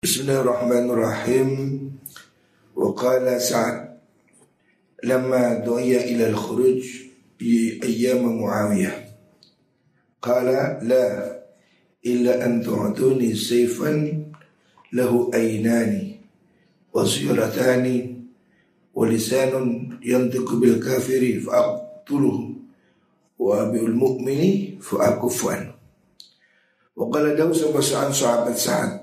Bismillahirrahmanirrahim. Wa qala Sa'ad lamma du'iya ila al-khuruj bi ayyam Muawiyah qala la illa an tu'tuni sayfan lahu aynani wa siratani wa lisanun yantiqu bil kafiri fa aqtuluhu wa bil mu'mini fa akufu anhu. Wa qala dawu sahabat Sa'ad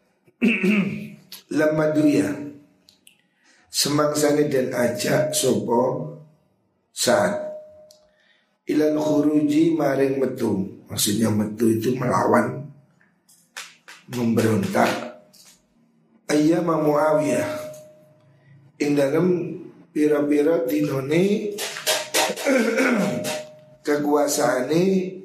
lama duya semangsane dan ajak sopo Sa'ad ilal khuruji maring metu. Maksudnya metu itu melawan, memberontak ayyama Muawiyah ing dalam pira-pira dinone kekuasaane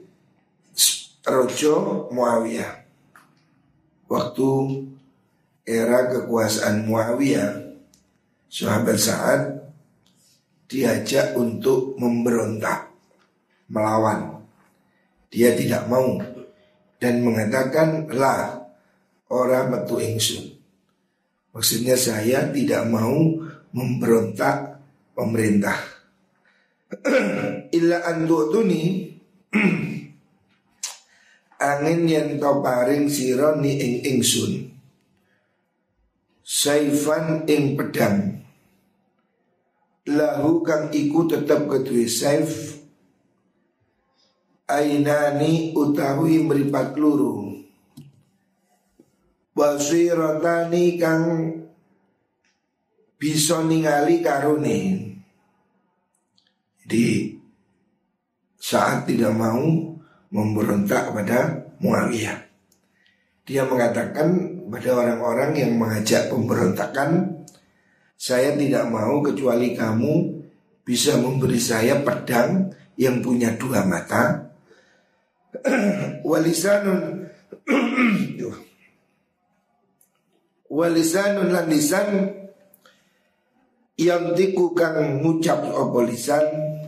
Rojo Muawiyah. Waktu era kekuasaan Muawiyah, sahabat Sa'ad diajak untuk memberontak, melawan. Dia tidak mau dan mengatakan la ora metu ingsun. Maksudnya saya tidak mau memberontak pemerintah. Illa andu'tuni angin yang to paring sira ni ing ingsun saifan ing pedang lahu kang iku tetep kedue saif ainani utawi mripat luru wasiratani kang bisa ningali karone. Jadi Saat tidak mau memberontak kepada Muawiyah. Dia mengatakan pada orang-orang yang mengajak pemberontakan, saya tidak mau kecuali kamu bisa memberi saya pedang yang punya dua mata, walisanun walisanun lan lisan yang tiku kang ngucap apa lisan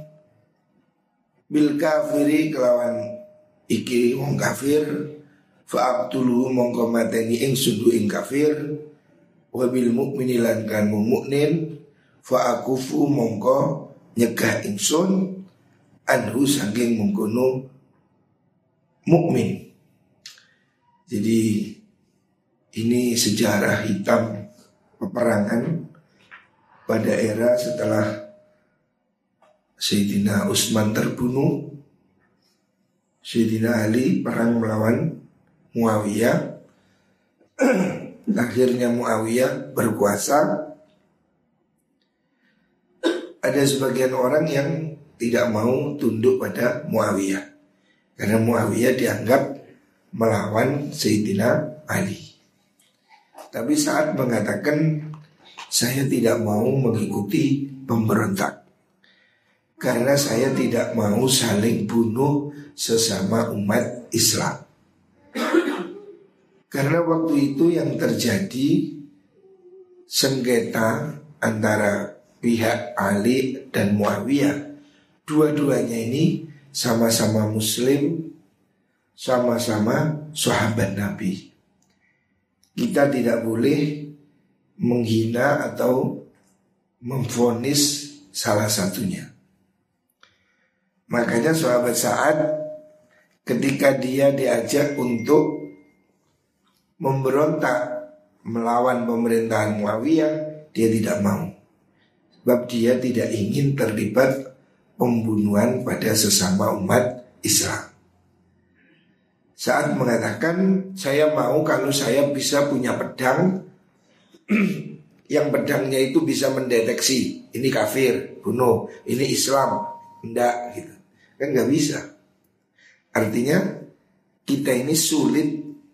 bil kafiri kelawan iki wong kafir fa aqtuluhu mongko mateni ingsun ing kafir wa bil mukmini lan kan mukmin fa akufu mongko nyegah ingsun anhu saking mengkono mukmin. Jadi ini sejarah hitam peperangan pada era setelah Sayyidina Utsman terbunuh, Sayyidina Ali perang melawan Muawiyah. Akhirnya Muawiyah berkuasa. Ada sebagian orang yang tidak mau tunduk pada Muawiyah karena Muawiyah dianggap melawan Sayyidina Ali. Tapi Sa'ad mengatakan saya tidak mau mengikuti pemberontak karena saya tidak mau saling bunuh sesama umat Islam. Karena waktu itu yang terjadi sengketa antara pihak Ali dan Muawiyah. Dua-duanya ini sama-sama muslim, sama-sama sahabat Nabi. Kita tidak boleh menghina atau memvonis salah satunya. Makanya sahabat Sa'ad ketika dia diajak untuk memberontak melawan pemerintahan Muawiyah, dia tidak mau. Sebab dia tidak ingin terlibat pembunuhan pada sesama umat Islam. Sa'ad mengatakan saya mau kalau saya bisa punya pedang yang pedangnya itu bisa mendeteksi ini kafir, bunuh, ini Islam, enggak gitu. Kan gak bisa. Artinya kita ini sulit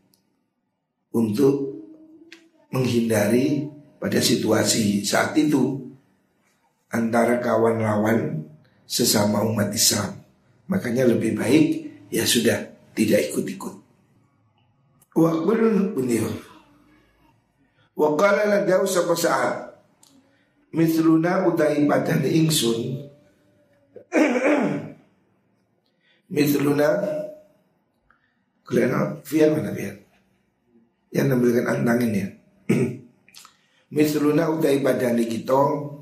untuk menghindari pada situasi saat itu antara kawan lawan sesama umat Islam. Makanya lebih baik ya sudah tidak ikut-ikut. Wa qulun beliau. Wa qala la dawu sapa Sa'ad mithluna utai padane ingsun mithluna kelena fian mana fian yang nampilkan antangin ya Misluna utai badani kita,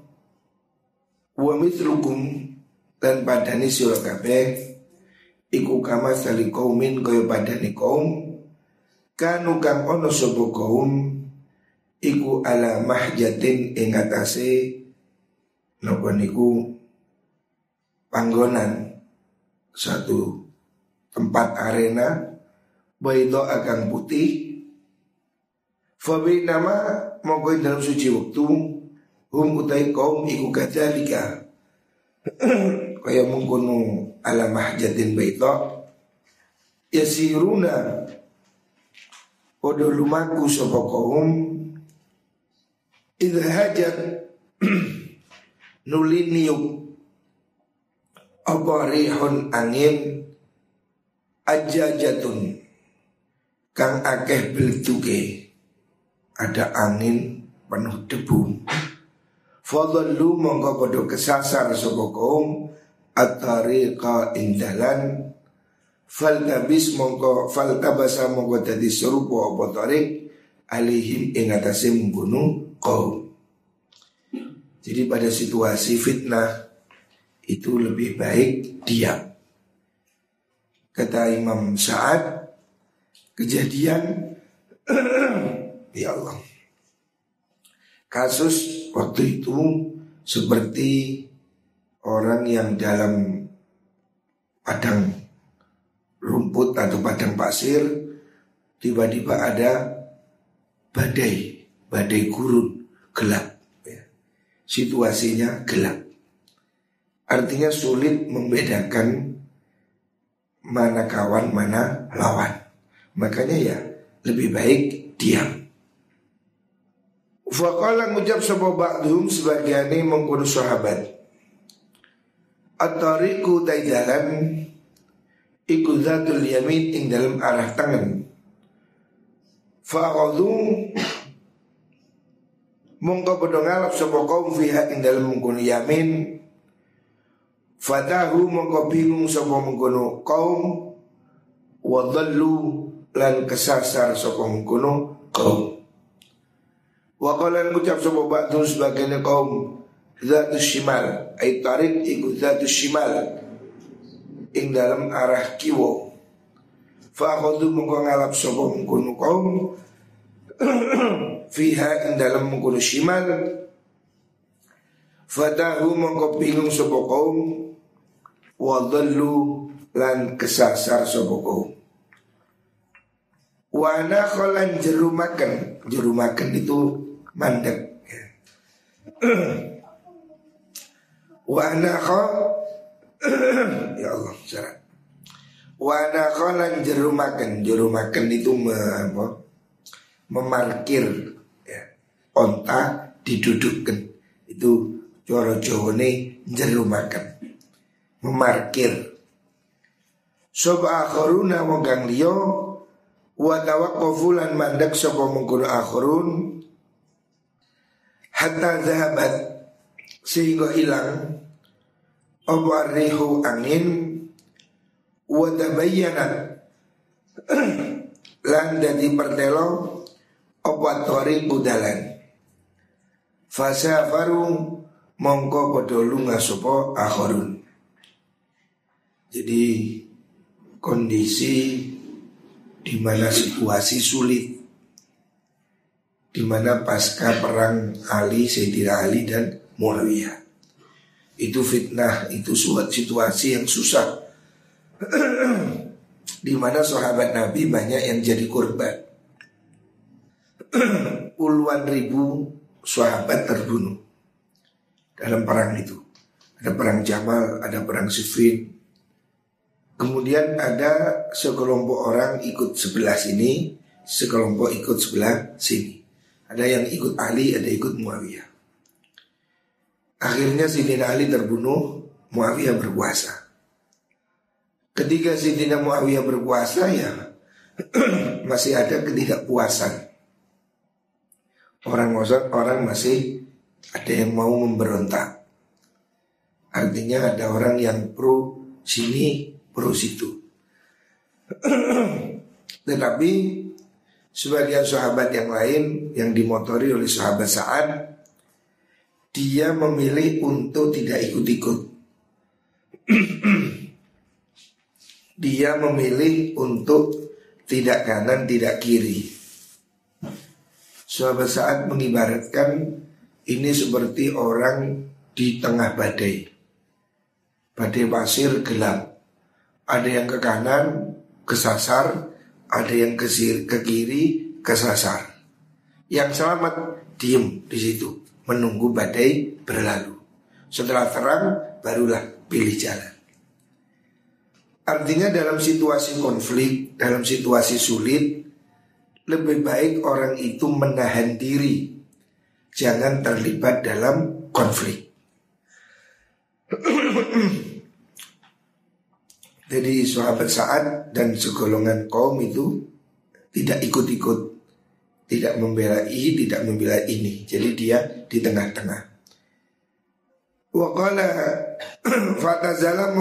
wa mislukum dan badani sira kabeh iku kama sali kaumin kaya badani kaum kanu kang ono sapa kaum iku ala mahjatin ing atase napa niku panggonan satu tempat arena baido akan putih. Fabi nama mongko dalam suci waktu hum utai kaum iku kadzalika kaya mengkono ala mahjatin baita yasiruna podo lumaku sapa kaum idza hajat nuliniuk apa rihun angin ajajatun kang akeh beltuke, ada angin penuh debu. Fadhallu mongko padha kesasar sapa kaum at-tariqa indalan faltabis mongko faltabasa mongko dadi serupa apa tarik alihim ing atase mungkono kaum. Jadi pada situasi fitnah itu lebih baik diam. Kata Imam Sa'ad, kejadian ya Allah, kasus waktu itu seperti orang yang dalam padang rumput atau padang pasir, tiba-tiba ada badai gurun gelap ya. Situasinya gelap, artinya sulit membedakan mana kawan mana lawan. Makanya ya lebih baik diam. Faqala ngucap sapa ba'dhum sebagiane mengkono sahabat, at-tariqu taidalan iku zatul yamin ing dalam arah tangan. Fa'adhu mongko padha ngalap sapa kaum fiha ing dalam mengkono yamin. Fatahu mongko bingung sapa mengkono kaum wa dhallu lan kesasar sapa mengkono kaum. Wa qala ngucap sapa ba'dun sebagian kaum zatus shimal ay tarik iku zatus shimal ing dalam arah kiwa. Fa akhadhu mongko ngalap sapa mengkono kaum fiha ing dalam mengkono shimal. Fatahu mongko bingung sapa kaum wa dhallu lan kesasar sapa kaum. Wa nakhalan jerumaken itu mandek ya. Wa nakha ya Allah syarat. Wa nakhalan jerumaken itu memarkir ya. Onta didudukkan itu cara Jawane jerumaken memarkir. Soba akharuna wong kang liya wa tawaqqafu lan mandek sapa mengkono akhirun hatta zahabat sehingga hilang apa rihu angin wa tabayyana lan dadi pertelo apa tariqu dalan fasafaru mongko padha lunga sapa akhirun. Jadi kondisi di mana situasi sulit, di mana pasca perang Sayyidina Ali dan Muawiyah, itu fitnah, itu suatu situasi yang susah, di mana sahabat Nabi banyak yang jadi korban. Puluhan ribu sahabat terbunuh dalam perang itu. Ada perang Jamal, ada perang Siffin. Kemudian ada sekelompok orang ikut sebelah sini, sekelompok ikut sebelah sini. Ada yang ikut Ali, ada ikut Muawiyah. Akhirnya Sayyidina Ali terbunuh, Muawiyah berkuasa. Ketika Sayyidina Muawiyah berkuasa ya masih ada ketidakpuasan. Orang masih ada yang mau memberontak. Artinya ada orang yang pro sini, pro situ. Tetapi Sebagian sahabat yang lain yang dimotori oleh sahabat Sa'ad, dia memilih untuk tidak ikut-ikut. Dia memilih untuk tidak kanan, tidak kiri. Sahabat Sa'ad mengibaratkan ini seperti orang di tengah badai. Badai pasir gelap. Ada yang ke kanan, kesasar. Ada yang ke kiri, kesasar. Yang selamat diem di situ, menunggu badai berlalu. Setelah terang, barulah pilih jalan. Artinya dalam situasi konflik, dalam situasi sulit, lebih baik orang itu menahan diri, jangan terlibat dalam konflik. Jadi sahabat Sa'ad dan segolongan kaum itu tidak ikut-ikut, tidak membela ini. Jadi dia di tengah-tengah. Wa qala fatazala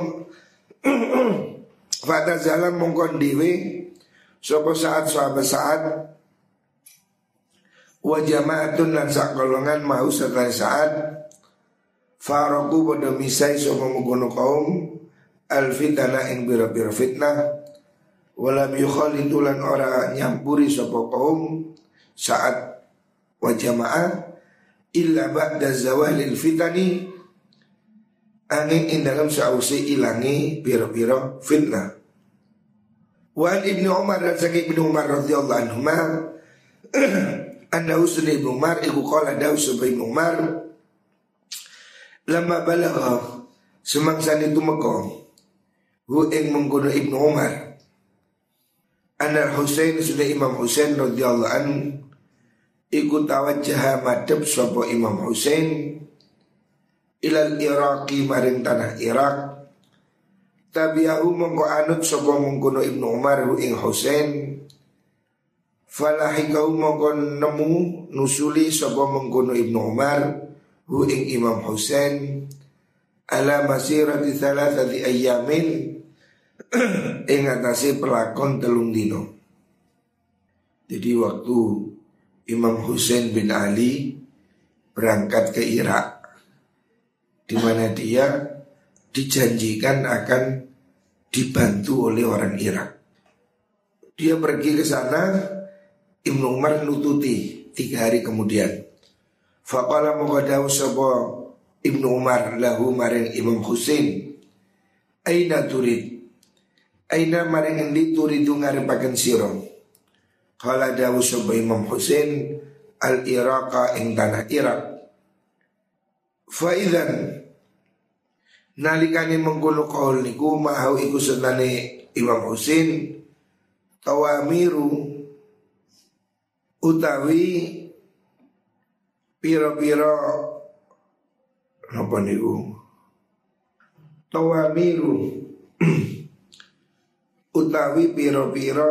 mongkon diwe sapa sahabat Sa'ad wa jama'atun lan sak golongan mau serta Sa'ad faraku pada misai sapa mengkono kaum al-fitnah ing bira-bira fitnah walam yukhalitu lan ora nyampuri sapa kaum Sa'ad wa jamaah illa ba'da zawalil fitani angin ing dalam sausi ilangi bira-bira fitnah. Wa Ibnu Umar dan Ibnu Umar radhiyallahu anhuma anna usni Ibnu Umar iku qala dawu Ibnu Umar lama balagha semangsa itu meko hu ing mengkono Ibnu Umar Anar Husain sudah Imam Husain radhiyallahu anhu iku tawajjaha madhep sapa Imam Husain ilal Iraqi maring tanah Irak tabi'ahu mongko anut sapa mengkono Ibnu Umar hu ing Husain falahikahu mongko nemu nusuli sapa mengkono Ibnu Umar hu ing Imam Husain ala masirati thalathati ayyamin ing atase pelakon 3 dino. Jadi waktu Imam Husain bin Ali berangkat ke Irak, di mana dia dijanjikan akan dibantu oleh orang Irak. Dia pergi ke sana, Ibnu Umar nututi 3 hari kemudian. Faqala muqadaw sapa Ibnu Umar lahu maring Imam Husain, aina turid? Aina maring endi turidu ngarepaken sira? Qala dawu sapa Imam Husain al-Iraqa ing tanah Irak. Fa idzan nalikane mengkono kaul niku mau iku senane Imam Husain tawamiru utawi pira-pira napa niku tawamiru utawi pira-pira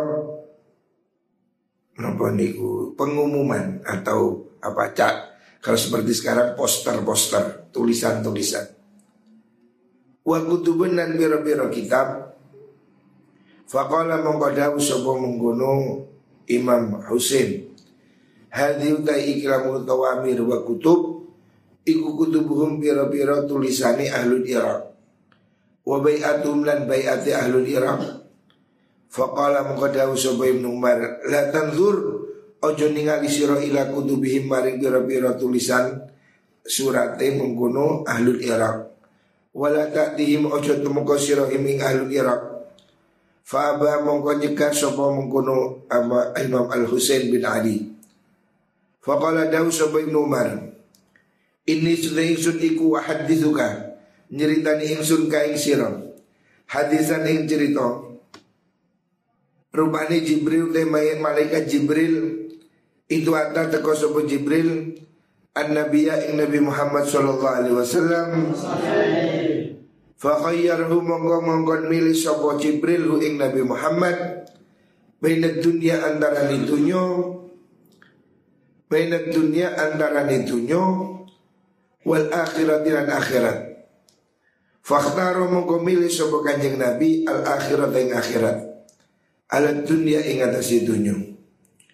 napa niku pengumuman atau apa cak kalau seperti sekarang poster-poster tulisan-tulisan wa kutubun dan pira-pira kitab. Faqala mengqadahu sapa mengkono Imam Husain hadhi utai ikramul tawamir wa kutub iku kutubuhum pira-pira tulisane ahlul Iraq wa bai'atum lan bai'ati ahlul Iraq. Faqala mengqadahu sapa Ibnu Umar la tanzur ojo ningali sira ila kutubihim maring pira-pira tulisan surate mengkono ahlul Iraq wala ta'tihim ojo temeka sira ing ahlul Iraq. Fa aba mongko nyegah sapa mengkono Imam Al-Husain bin Ali. Faqala dawu sapa Ibnu Umar inni sudah ingsun iku hadithuka nyeritani ingsun ka ing sira hadisan ing cerita rupane Jibril te malaikat Jibril itu anta teko sapa Jibril an-nabiyya ing Nabi Muhammad sallallahu alaihi wasallam fa khayyarhu mongko milih sapa Jibril hu ing Nabi Muhammad bainad dunya antara dunya wal akhirat dan akhirat. Fakhtaro mongko milih sapa Kanjeng Nabi al akhirat ing akhirat alat dunia ing atase dunya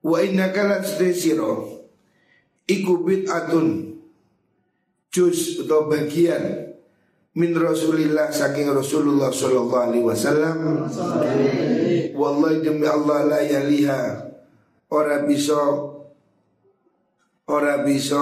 Wa innaka lan siro iku bid'atun juz atau bagian min Rasulillah saking Rasulullah sallallahu alaihi wasallam. Wallahi demi Allah la yaliha ora bisa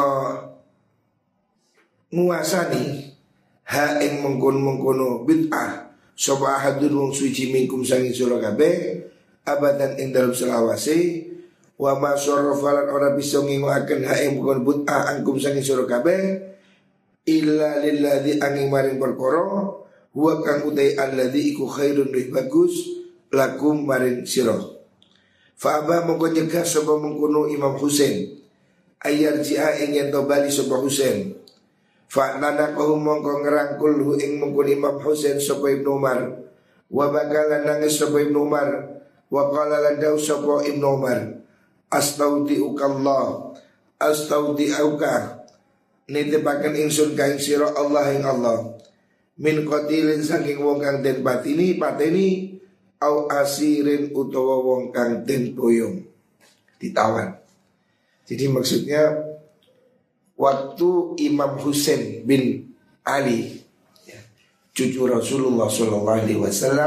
nguasani ha ing mengkono bid'ah sapa ahadun wong suci minkum sangi sira kabeh abadan ing dalem selawase wa ma syarrafalan ora bisa ngingoaken ha ing mengkono bid'ah angkum sangi sira kabeh illa lilladzi angin maring perkara huwa kang utai alladzi iku khairun luwih bagus lakum maring sira. Fa aba mongko nyegah sapa mengkono Imam Husain ayar ji'a ing yen to bali sapa Husain. Fa nana kau mongko ngerangkul ing mengkono Imam Husain sapa Ibnu Umar wa bakalan nangis sapa Ibnu Umar wa qala lan dawu sapa Ibnu Umar astaudiuka nitepaken ingsun kaing sira Allah ing Allah min qatilin saking wong kang den pateni au asirin utawa wong kang den boyong ditawan. Jadi maksudnya waktu Imam Husain bin Ali cucu Rasulullah sallallahu alaihi wasallam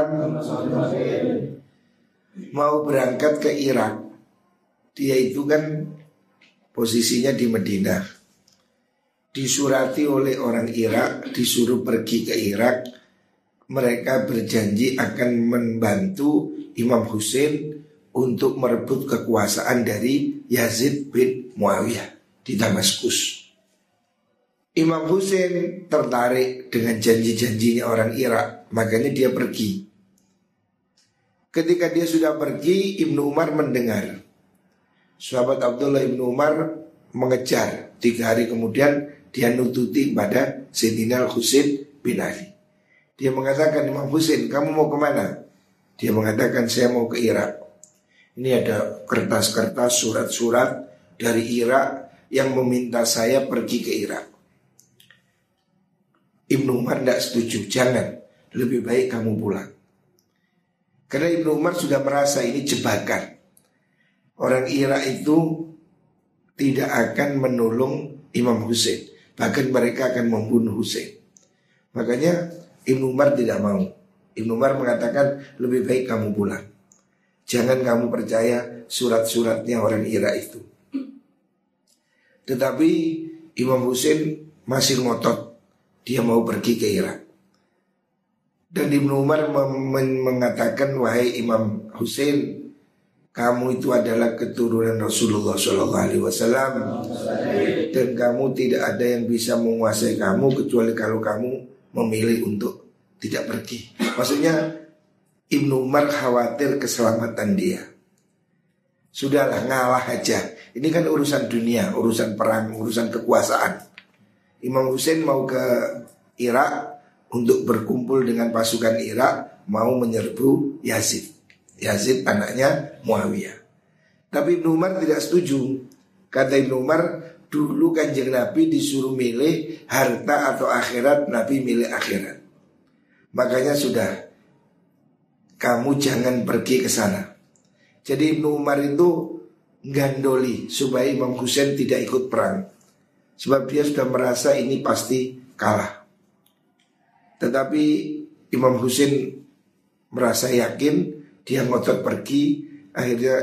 mau berangkat ke Irak. Dia itu kan posisinya di Madinah. Disurati oleh orang Irak, disuruh pergi ke Irak. Mereka berjanji akan membantu Imam Husain untuk merebut kekuasaan dari Yazid bin Muawiyah di Damaskus. Imam Husain tertarik dengan janji-janjinya orang Irak, makanya dia pergi. Ketika dia sudah pergi, Ibnu Umar mendengar. Sahabat Abdullah Ibnu Umar mengejar. 3 hari kemudian dia nututi pada Sayyidina Husain bin Ali. Dia mengatakan, Imam Husain, kamu mau kemana? Dia mengatakan, saya mau ke Irak. Ini ada kertas-kertas, surat-surat dari Irak yang meminta saya pergi ke Irak. Ibnu Umar tidak setuju, jangan, lebih baik kamu pulang. Karena Ibnu Umar sudah merasa ini jebakan. Orang Irak itu tidak akan menolong Imam Husain, bahkan mereka akan membunuh Husain. Makanya Ibnu Umar tidak mau. Ibnu Umar mengatakan lebih baik kamu pulang. Jangan kamu percaya surat-suratnya orang Irak itu. Tetapi Imam Husain masih ngotot. Dia mau pergi ke Irak. Dan Ibnu Umar mengatakan, wahai Imam Husain, kamu itu adalah keturunan Rasulullah SAW, dan kamu tidak ada yang bisa menguasai kamu kecuali kalau kamu memilih untuk tidak pergi. Maksudnya Ibnu Umar khawatir keselamatan dia. Sudahlah, ngalah aja. Ini kan urusan dunia, urusan perang, urusan kekuasaan. Imam Husain mau ke Irak untuk berkumpul dengan pasukan Irak, mau menyerbu Yazid. Yazid anaknya Muawiyah. Tapi Ibnu Umar tidak setuju. Kata Ibnu Umar, dulu Kanjeng Nabi disuruh milih harta atau akhirat, Nabi milih akhirat. Makanya sudah, kamu jangan pergi ke sana. Jadi Ibnu Umar itu gandoli supaya Imam Husain tidak ikut perang. Sebab dia sudah merasa ini pasti kalah. Tetapi Imam Husain merasa yakin, dia ngotot pergi. Akhirnya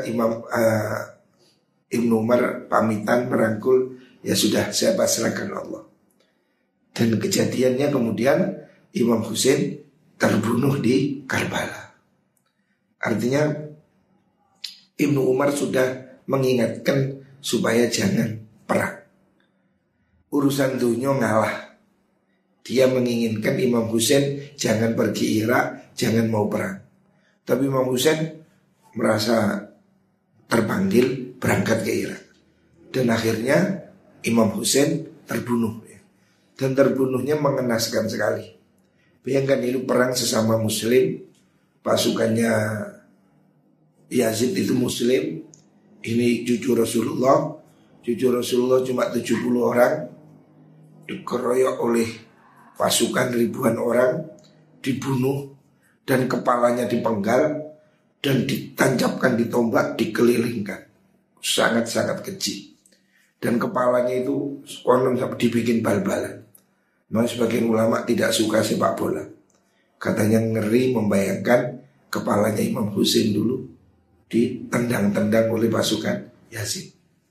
Ibnu Umar pamitan merangkul, ya sudah saya pasrahkan Allah. Dan kejadiannya kemudian Imam Husain terbunuh di Karbala. Artinya Ibnu Umar sudah mengingatkan supaya jangan perang. Urusan dunia ngalah. Dia menginginkan Imam Husain jangan pergi Irak, jangan mau perang. Tapi Imam Husain merasa terpanggil berangkat ke Irak. Dan akhirnya Imam Husain terbunuh. Dan terbunuhnya mengenaskan sekali. Bayangkan itu perang sesama muslim. Pasukannya Yazid itu muslim. Ini cucu Rasulullah. Cucu Rasulullah cuma 70 orang. Dikeroyok oleh pasukan ribuan orang, dibunuh, dan kepalanya dipenggal dan ditancapkan di tombak, dikelilingkan. sangat-sangat keji. Dan kepalanya itu konon sampai dibikin bal-balan. Memang sebagian ulama tidak suka sepak bola. Katanya ngeri membayangkan kepalanya Imam Husain dulu ditendang-tendang oleh pasukan Yazid.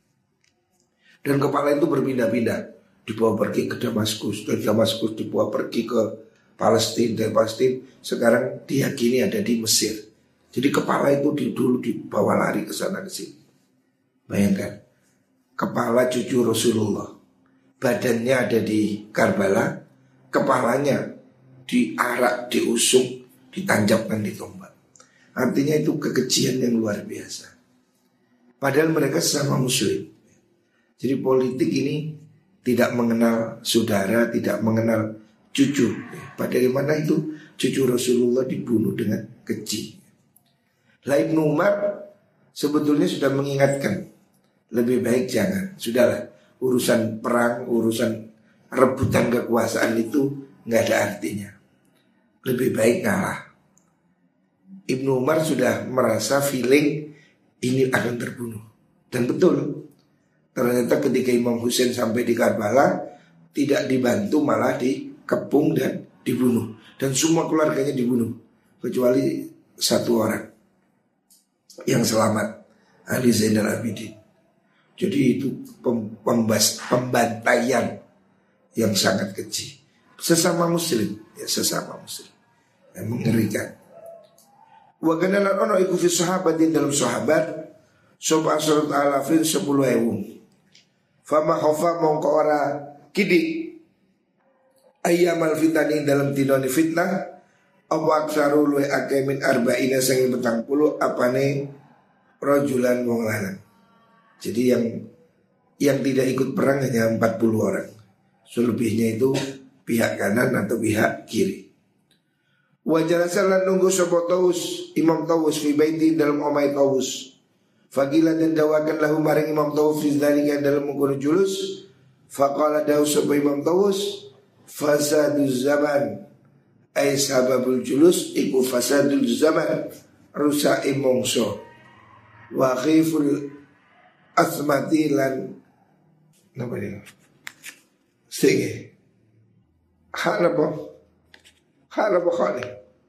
Dan kepala itu berpindah-pindah, dibawa pergi ke Damaskus, dari Damaskus dibawa pergi ke Palestina, dari Palestina sekarang diyakini ada di Mesir. Jadi kepala itu dulu dibawa lari ke sana ke sini. Bayangkan, kepala cucu Rasulullah, badannya ada di Karbala, kepalanya diarak, diusung, ditancapkan di tombak. Artinya itu kekejian yang luar biasa. Padahal mereka sesama muslim. Jadi politik ini tidak mengenal saudara, tidak mengenal cucu. Bagaimana itu cucu Rasulullah dibunuh dengan keji. Ibnu Umar sebetulnya sudah mengingatkan, lebih baik jangan. Sudahlah, urusan perang, urusan rebutan kekuasaan itu nggak ada artinya. Lebih baik ngalah. Ibnu Umar sudah merasa feeling ini akan terbunuh. Dan betul, ternyata ketika Imam Husain sampai di Karbala, tidak dibantu, malah dikepung dan dibunuh. Dan semua keluarganya dibunuh, kecuali satu orang yang selamat, Ali Zainal Abidin. Jadi itu pembantaian yang sangat keji. Sesama muslim, ya sesama muslim, yang mengerikan. Wa kanalan ono iku fi sahabatin dalam sahabat sapa asrat alafin 10.000. Fama khofa mongko ora kidi ayyamal fitani dalam tinoni fitnah apa aksaru luwe akeh min arba'ina sing 40 apane rajulan wong lanang. Jadi yang tidak ikut perang hanya 40 orang. Selebihnya itu pihak kanan atau pihak kiri. Wajalasan lan nunggu sapa Taus, Imam Taus fi baiti dalam omai Taus. Faqila dan dawakan lahu maring Imam Taus fi dzalika dalam mengkono julus. Faqala dawu sapa Imam Taus, fasaduz zaman ay sababul julus iku fasadul zaman, rusak mongso. Wa khiful asmati lan napa dia? Sige. Harap khali.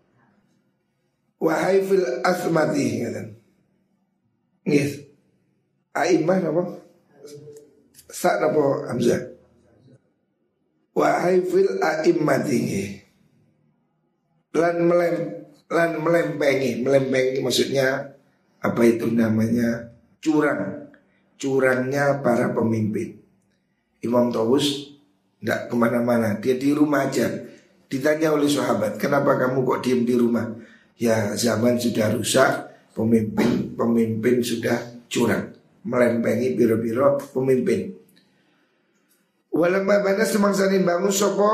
Wahai fil asmati ngaten. Nggih. Aimah napa? Sa napa Hamzah? Wahai fil aimmati nggih. Lan melempengi maksudnya apa itu namanya? Curangnya para pemimpin. Imam Tawus tidak kemana-mana, dia di rumah aja. Ditanya oleh sahabat, kenapa kamu kok diem di rumah? Ya zaman sudah rusak, pemimpin sudah curang, melempengi biro-biro pemimpin. Walamma bana semangsane bangun sapa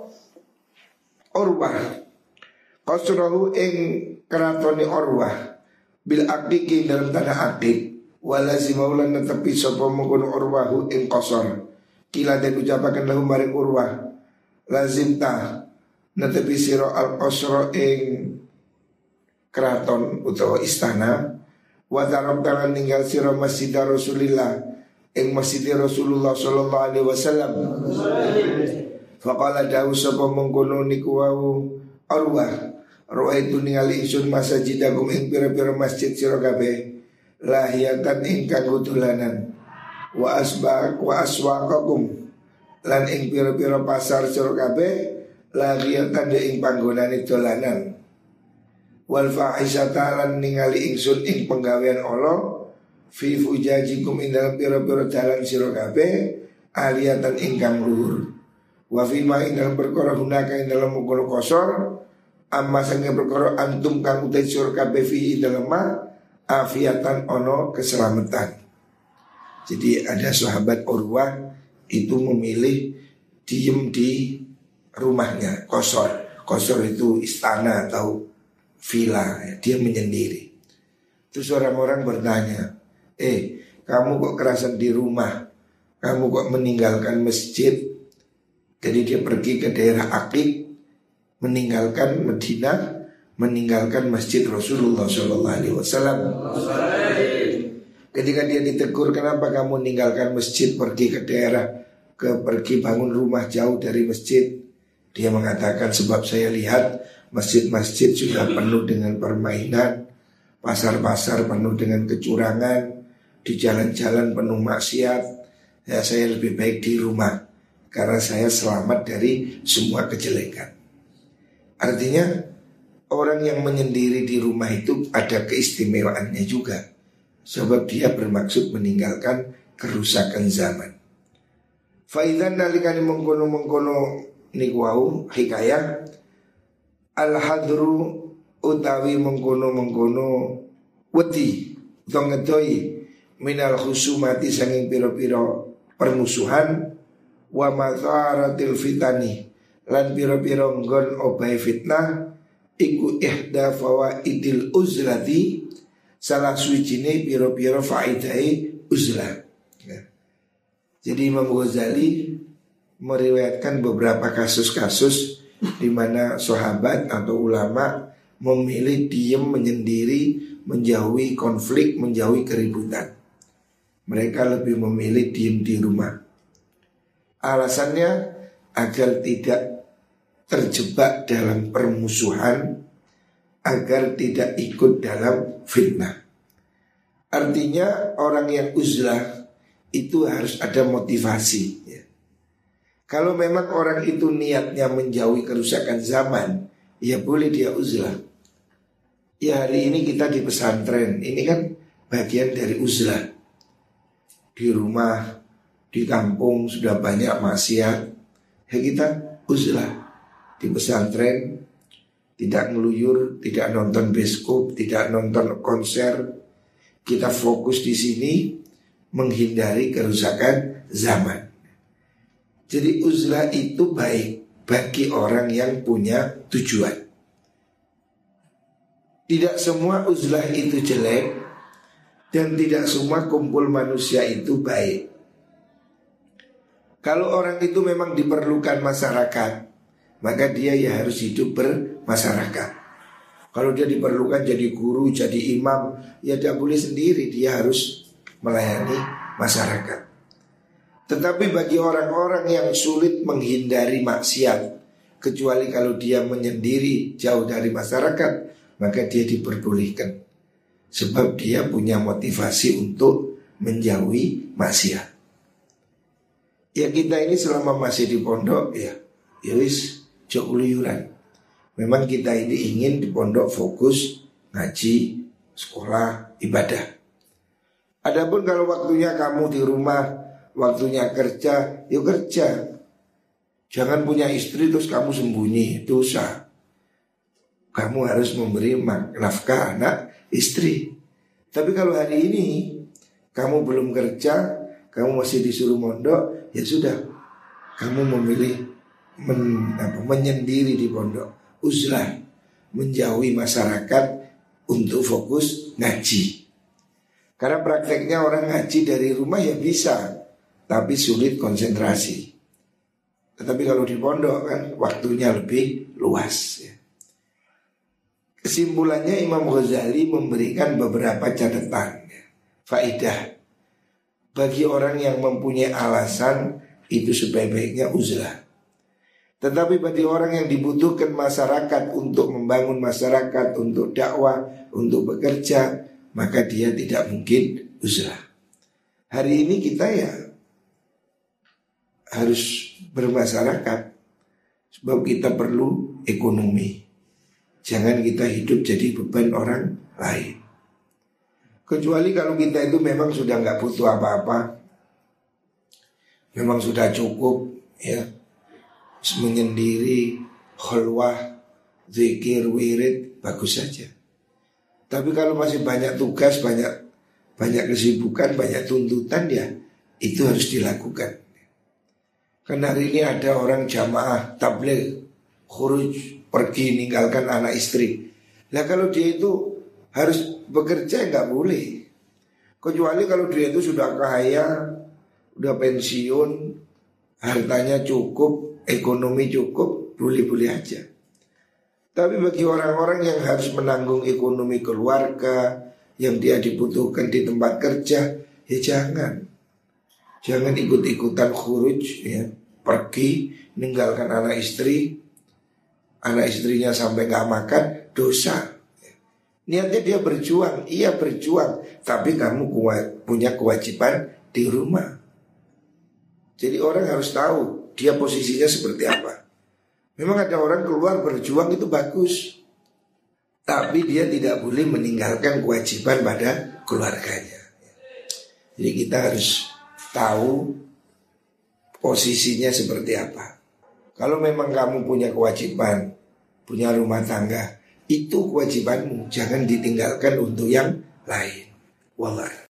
Urwah qasrahu ing keratone Urwah bil aqiqi dalam tanah aqiq walazimaulan netepi sapa mengkono Urwahu ing qasar. Kila dan ucapakan lahu maring Urwah lazimta netepi sira al-qasra ing keraton utawa istana wa tarabtalan ninggal sira masjid Rasulillah ing masjid Rasulullah sallallahu alaihi wasallam. Faqala dawu sapa mengkono niku wau Urwah, ru'aitu ningali ingsun masajidakum ing pira-pira masjid sira kabeh lahiyatan ingkang kudulanan wa aswaqakum lan ing pira-pira pasar sira kabeh lahiyatan ing panggonane dolanan wal fahisata lan ningali ingsun ing penggawean Allah fi fujajikum ing dalam pira-pira dalan sira kabeh aliyatan ingkang luhur wa fi ma ing dalam perkara gunaka ing dalam mukul kosor amma sange perkara antum kang utai sira kabeh fi dalam ma afiatan ono keselamatan. Jadi ada sahabat Urwah itu memilih diem di rumahnya kosor. Kosor itu istana atau villa, dia menyendiri. Terus orang-orang bertanya, kamu kok kerasan di rumah? Kamu kok meninggalkan masjid? Jadi dia pergi ke daerah Aqiq, meninggalkan Madinah, meninggalkan masjid Rasulullah SAW. Ketika dia ditegur, kenapa kamu meninggalkan masjid, pergi ke daerah, pergi bangun rumah jauh dari masjid? Dia mengatakan, sebab saya lihat masjid-masjid sudah penuh dengan permainan, pasar-pasar penuh dengan kecurangan, di jalan-jalan penuh maksiat. Ya, saya lebih baik di rumah karena saya selamat dari semua kejelekan. Artinya orang yang menyendiri di rumah itu ada keistimewaannya juga, sebab dia bermaksud meninggalkan kerusakan zaman. Faidan nalikani mengkono-mengkono niku hikayah al-hadru utawi mengkono-mengkono wedi utawa ngedoi minal khusumati sanging piro-piro permusuhan wa matharatil fitani lan piro-piro nggon obai fitnah iku ihda fawaidil uzlati salah suwijine piro-piro faidai uzlah. Ya. Jadi Imam Ghazali meriwayatkan beberapa kasus-kasus di mana sahabat atau ulama memilih diem menyendiri, menjauhi konflik, menjauhi keributan. Mereka lebih memilih diem di rumah. Alasannya agar tidak terjebak dalam permusuhan, agar tidak ikut dalam fitnah. Artinya orang yang uzlah itu harus ada motivasi ya. Kalau memang orang itu niatnya menjauhi kerusakan zaman, ya boleh dia uzlah. Ya hari ini kita di pesantren, ini kan bagian dari uzlah. Di rumah, di kampung sudah banyak maksiat, ya kita uzlah. Di pesantren tidak ngeluyur, tidak nonton bioskop, tidak nonton konser. Kita fokus di sini menghindari kerusakan zaman. Jadi uzlah itu baik bagi orang yang punya tujuan. Tidak semua uzlah itu jelek dan tidak semua kumpul manusia itu baik. Kalau orang itu memang diperlukan masyarakat, maka dia ya harus hidup bermasyarakat. Kalau dia diperlukan jadi guru, jadi imam, ya tidak boleh sendiri, dia harus melayani masyarakat. Tetapi bagi orang-orang yang sulit menghindari maksiat, kecuali kalau dia menyendiri jauh dari masyarakat, maka dia diperbolehkan. Sebab dia punya motivasi untuk menjauhi maksiat. Ya kita ini selama masih di pondok ya wis jauh luyuran. Memang kita ini ingin di pondok fokus ngaji, sekolah, ibadah. Adapun kalau waktunya kamu di rumah, waktunya kerja, yuk kerja. Jangan punya istri terus kamu sembunyi, dosa. Kamu harus memberi nafkah anak istri. Tapi kalau hari ini kamu belum kerja, kamu masih disuruh mondok, ya sudah. Kamu memilih menyendiri di pondok. Uzlah, menjauhi masyarakat untuk fokus ngaji. Karena prakteknya orang ngaji dari rumah ya bisa, tapi sulit konsentrasi. Tetapi kalau di pondok kan waktunya lebih luas ya. Kesimpulannya Imam Ghazali memberikan beberapa catatan ya, faedah bagi orang yang mempunyai alasan itu sebaik-baiknya uzlah. Tetapi bagi orang yang dibutuhkan masyarakat untuk membangun masyarakat, untuk dakwah, untuk bekerja, maka dia tidak mungkin uzlah. Hari ini kita ya harus bermasyarakat, sebab kita perlu ekonomi. Jangan kita hidup jadi beban orang lain. Kecuali kalau kita itu memang sudah nggak butuh apa-apa, memang sudah cukup ya, menyendiri, khalwah, zikir, wirid, bagus saja. Tapi kalau masih banyak tugas, banyak kesibukan, banyak tuntutan ya, itu harus dilakukan. Karena hari ini ada orang jamaah tabligh, khuruj, pergi ninggalkan anak istri. Nah kalau dia itu harus bekerja nggak boleh. Kecuali kalau dia itu sudah kaya, udah pensiun, hartanya cukup, ekonomi cukup, boleh-boleh aja. Tapi bagi orang-orang yang harus menanggung ekonomi keluarga, yang dia dibutuhkan di tempat kerja, ya jangan. Jangan ikut-ikutan khuruj ya, pergi meninggalkan anak istrinya sampai gak makan, dosa. Niatnya dia berjuang, iya berjuang, tapi kamu punya kewajiban di rumah. Jadi orang harus tahu dia posisinya seperti apa. Memang ada orang keluar berjuang itu bagus, tapi dia tidak boleh meninggalkan kewajiban pada keluarganya. Jadi kita harus tahu posisinya seperti apa. Kalau memang kamu punya kewajiban, punya rumah tangga, itu kewajibanmu, jangan ditinggalkan untuk yang lain. Wallah.